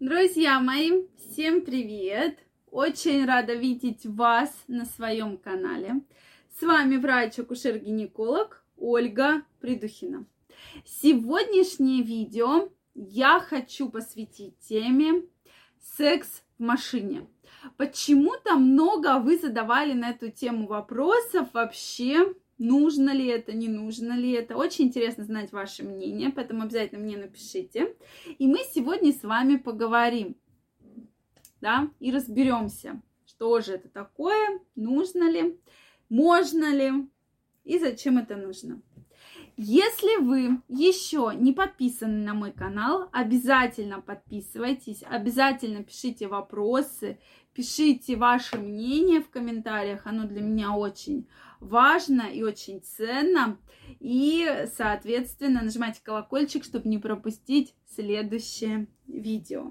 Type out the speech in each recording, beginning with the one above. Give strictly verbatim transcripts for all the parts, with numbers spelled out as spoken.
Друзья мои, всем привет! Очень рада видеть вас на своем канале. С вами врач-акушер-гинеколог Ольга Придухина. Сегодняшнее видео я хочу посвятить теме секс в машине. Почему-то много вы задавали на эту тему вопросов вообще. Нужно ли это, не нужно ли это? Очень интересно знать ваше мнение, поэтому обязательно мне напишите. И мы сегодня с вами поговорим, да, и разберемся, что же это такое, нужно ли, можно ли и зачем это нужно. Если вы еще не подписаны на мой канал, обязательно подписывайтесь, обязательно пишите вопросы, пишите ваше мнение в комментариях, оно для меня очень важно и очень ценно. И, соответственно, нажимайте колокольчик, чтобы не пропустить следующее видео.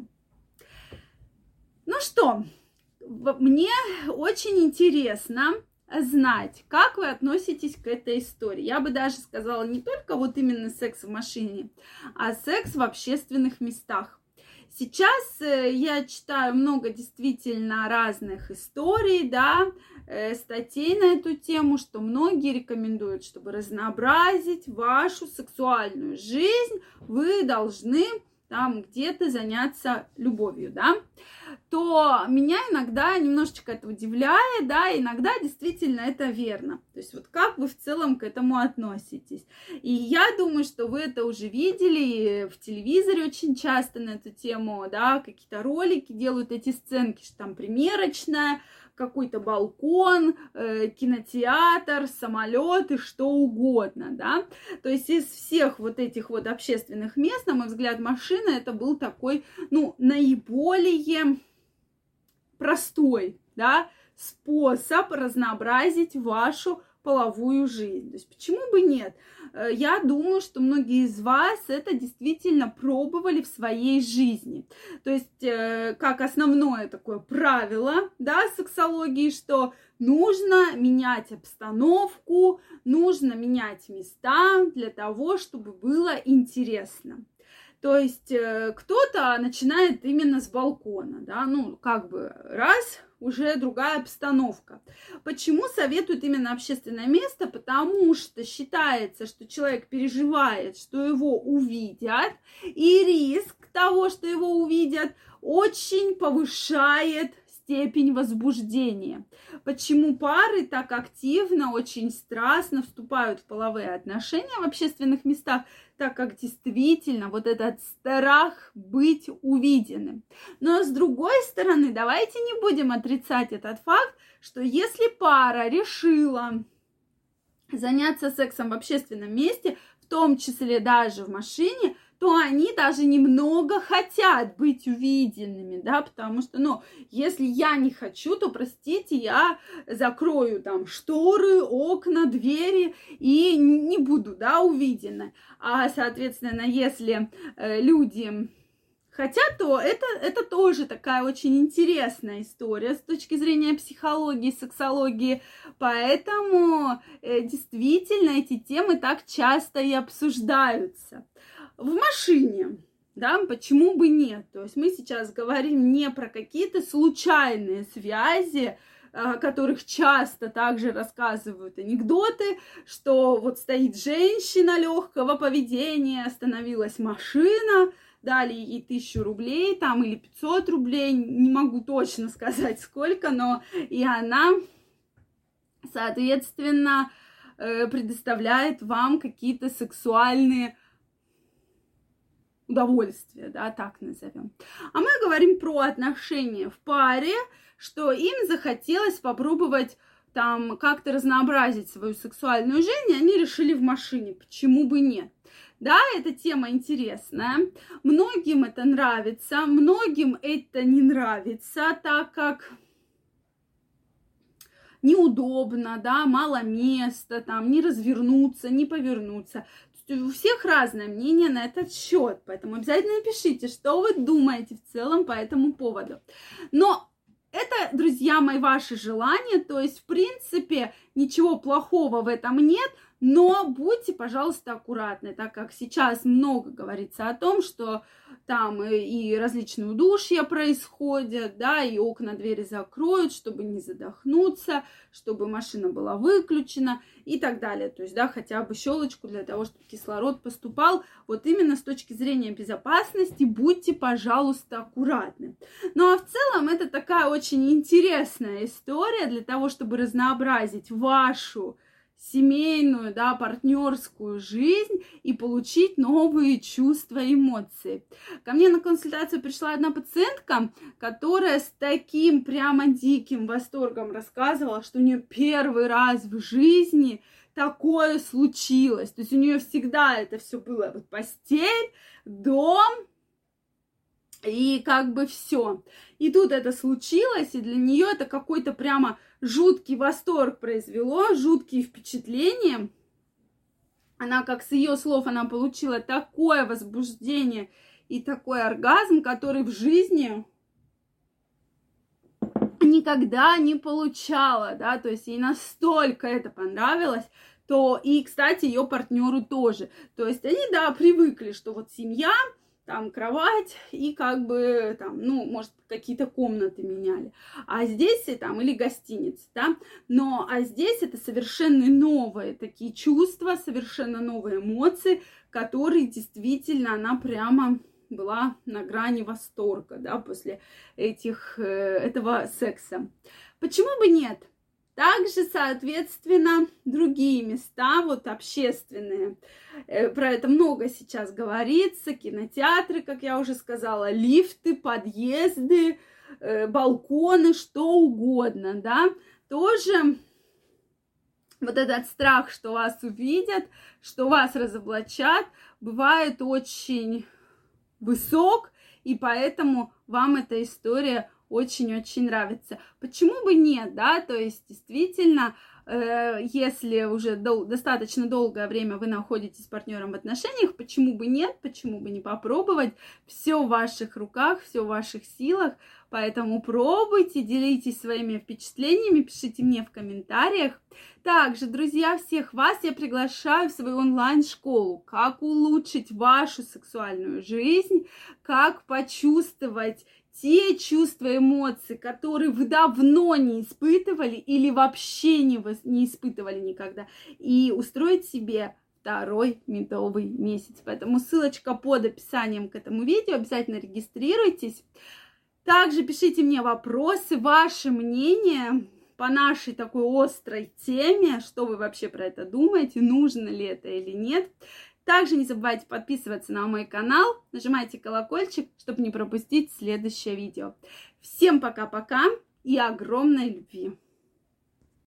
Ну что, мне очень интересно знать, как вы относитесь к этой истории. Я бы даже сказала, не только вот именно секс в машине, а секс в общественных местах. Сейчас я читаю много действительно разных историй, да, статей на эту тему, что многие рекомендуют, чтобы разнообразить вашу сексуальную жизнь, вы должны там где-то заняться любовью, да, то меня иногда немножечко это удивляет, да, иногда действительно это верно. То есть вот как вы в целом к этому относитесь? И я думаю, что вы это уже видели в телевизоре очень часто на эту тему, да, какие-то ролики делают эти сценки, что там примерочная, какой-то балкон, э, кинотеатр, самолет и что угодно, да. То есть из всех вот этих вот общественных мест, на мой взгляд, машина это был такой, ну, наиболее простой, да, способ разнообразить вашу половую жизнь. То есть почему бы нет? Я думаю, что многие из вас это действительно пробовали в своей жизни. То есть как основное такое правило, да, сексологии, что нужно менять обстановку, нужно менять места для того, чтобы было интересно. То есть кто-то начинает именно с балкона, да, ну как бы раз, уже другая обстановка. Почему советуют именно общественное место? Потому что считается, что человек переживает, что его увидят, и риск того, что его увидят, очень повышает степень возбуждения. Почему пары так активно, очень страстно вступают в половые отношения в общественных местах? Так как действительно вот этот страх быть увиденным. Но с другой стороны, давайте не будем отрицать этот факт, что если пара решила заняться сексом в общественном месте, в том числе даже в машине, то они даже немного хотят быть увиденными, да, потому что, ну, если я не хочу, то, простите, я закрою там шторы, окна, двери и не буду, да, увидена. А, соответственно, если э, люди хотят, то это, это тоже такая очень интересная история с точки зрения психологии, сексологии, поэтому э, действительно эти темы так часто и обсуждаются. В машине, да, почему бы нет? То есть мы сейчас говорим не про какие-то случайные связи, о которых часто также рассказывают анекдоты, что вот стоит женщина легкого поведения, остановилась машина, дали ей тысячу рублей там или пятьсот рублей, не могу точно сказать сколько, но и она, соответственно, предоставляет вам какие-то сексуальные удовольствие, да, так назовем. А мы говорим про отношения в паре, что им захотелось попробовать там как-то разнообразить свою сексуальную жизнь, и они решили в машине, почему бы нет. Да, эта тема интересная, многим это нравится, многим это не нравится, так как неудобно, да, мало места, там, не развернуться, не повернуться. У всех разное мнение на этот счет, поэтому обязательно напишите, что вы думаете в целом по этому поводу. Но это, друзья мои, ваши желания, то есть, в принципе, ничего плохого в этом нет, Но будьте, пожалуйста, аккуратны, так как сейчас много говорится о том, что там и различные удушья происходят, да, и окна, двери закроют, чтобы не задохнуться, чтобы машина была выключена и так далее. То есть, да, хотя бы щелочку для того, чтобы кислород поступал. Вот именно с точки зрения безопасности будьте, пожалуйста, аккуратны. Ну, а в целом это такая очень интересная история для того, чтобы разнообразить вашу семейную, да, партнерскую жизнь и получить новые чувства и эмоции. Ко мне на консультацию пришла одна пациентка, которая с таким прямо диким восторгом рассказывала, что у нее первый раз в жизни такое случилось. То есть у нее всегда это все было вот постель, дом, и как бы все. И тут это случилось, и для нее это какой-то прямо жуткий восторг произвело, жуткие впечатления. Она, как с ее слов, она получила такое возбуждение и такой оргазм, который в жизни никогда не получала, да, то есть ей настолько это понравилось, то и, кстати, ее партнеру тоже. То есть они, да, привыкли, что вот семья, там кровать и как бы там, ну, может, какие-то комнаты меняли. А здесь там или гостиница, да. Но, а здесь это совершенно новые такие чувства, совершенно новые эмоции, которые действительно она прямо была на грани восторга, да, после этих, этого секса. Почему бы нет? Также, соответственно, другие места, вот общественные, про это много сейчас говорится, кинотеатры, как я уже сказала, лифты, подъезды, балконы, что угодно, да, тоже вот этот страх, что вас увидят, что вас разоблачат, бывает очень высок, и поэтому вам эта история очень-очень нравится. Почему бы нет, да, то есть действительно, э, если уже дол- достаточно долгое время вы находитесь с партнером в отношениях, почему бы нет, почему бы не попробовать, все в ваших руках, все в ваших силах, поэтому пробуйте, делитесь своими впечатлениями, пишите мне в комментариях. Также, друзья, всех вас я приглашаю в свою онлайн-школу, как улучшить вашу сексуальную жизнь, как почувствовать те чувства, эмоции, которые вы давно не испытывали или вообще не, не испытывали никогда, и устроить себе второй медовый месяц. Поэтому ссылочка под описанием к этому видео, обязательно регистрируйтесь. Также пишите мне вопросы, ваше мнение по нашей такой острой теме, что вы вообще про это думаете, нужно ли это или нет. Также не забывайте подписываться на мой канал, нажимайте колокольчик, чтобы не пропустить следующее видео. Всем пока-пока и огромной любви!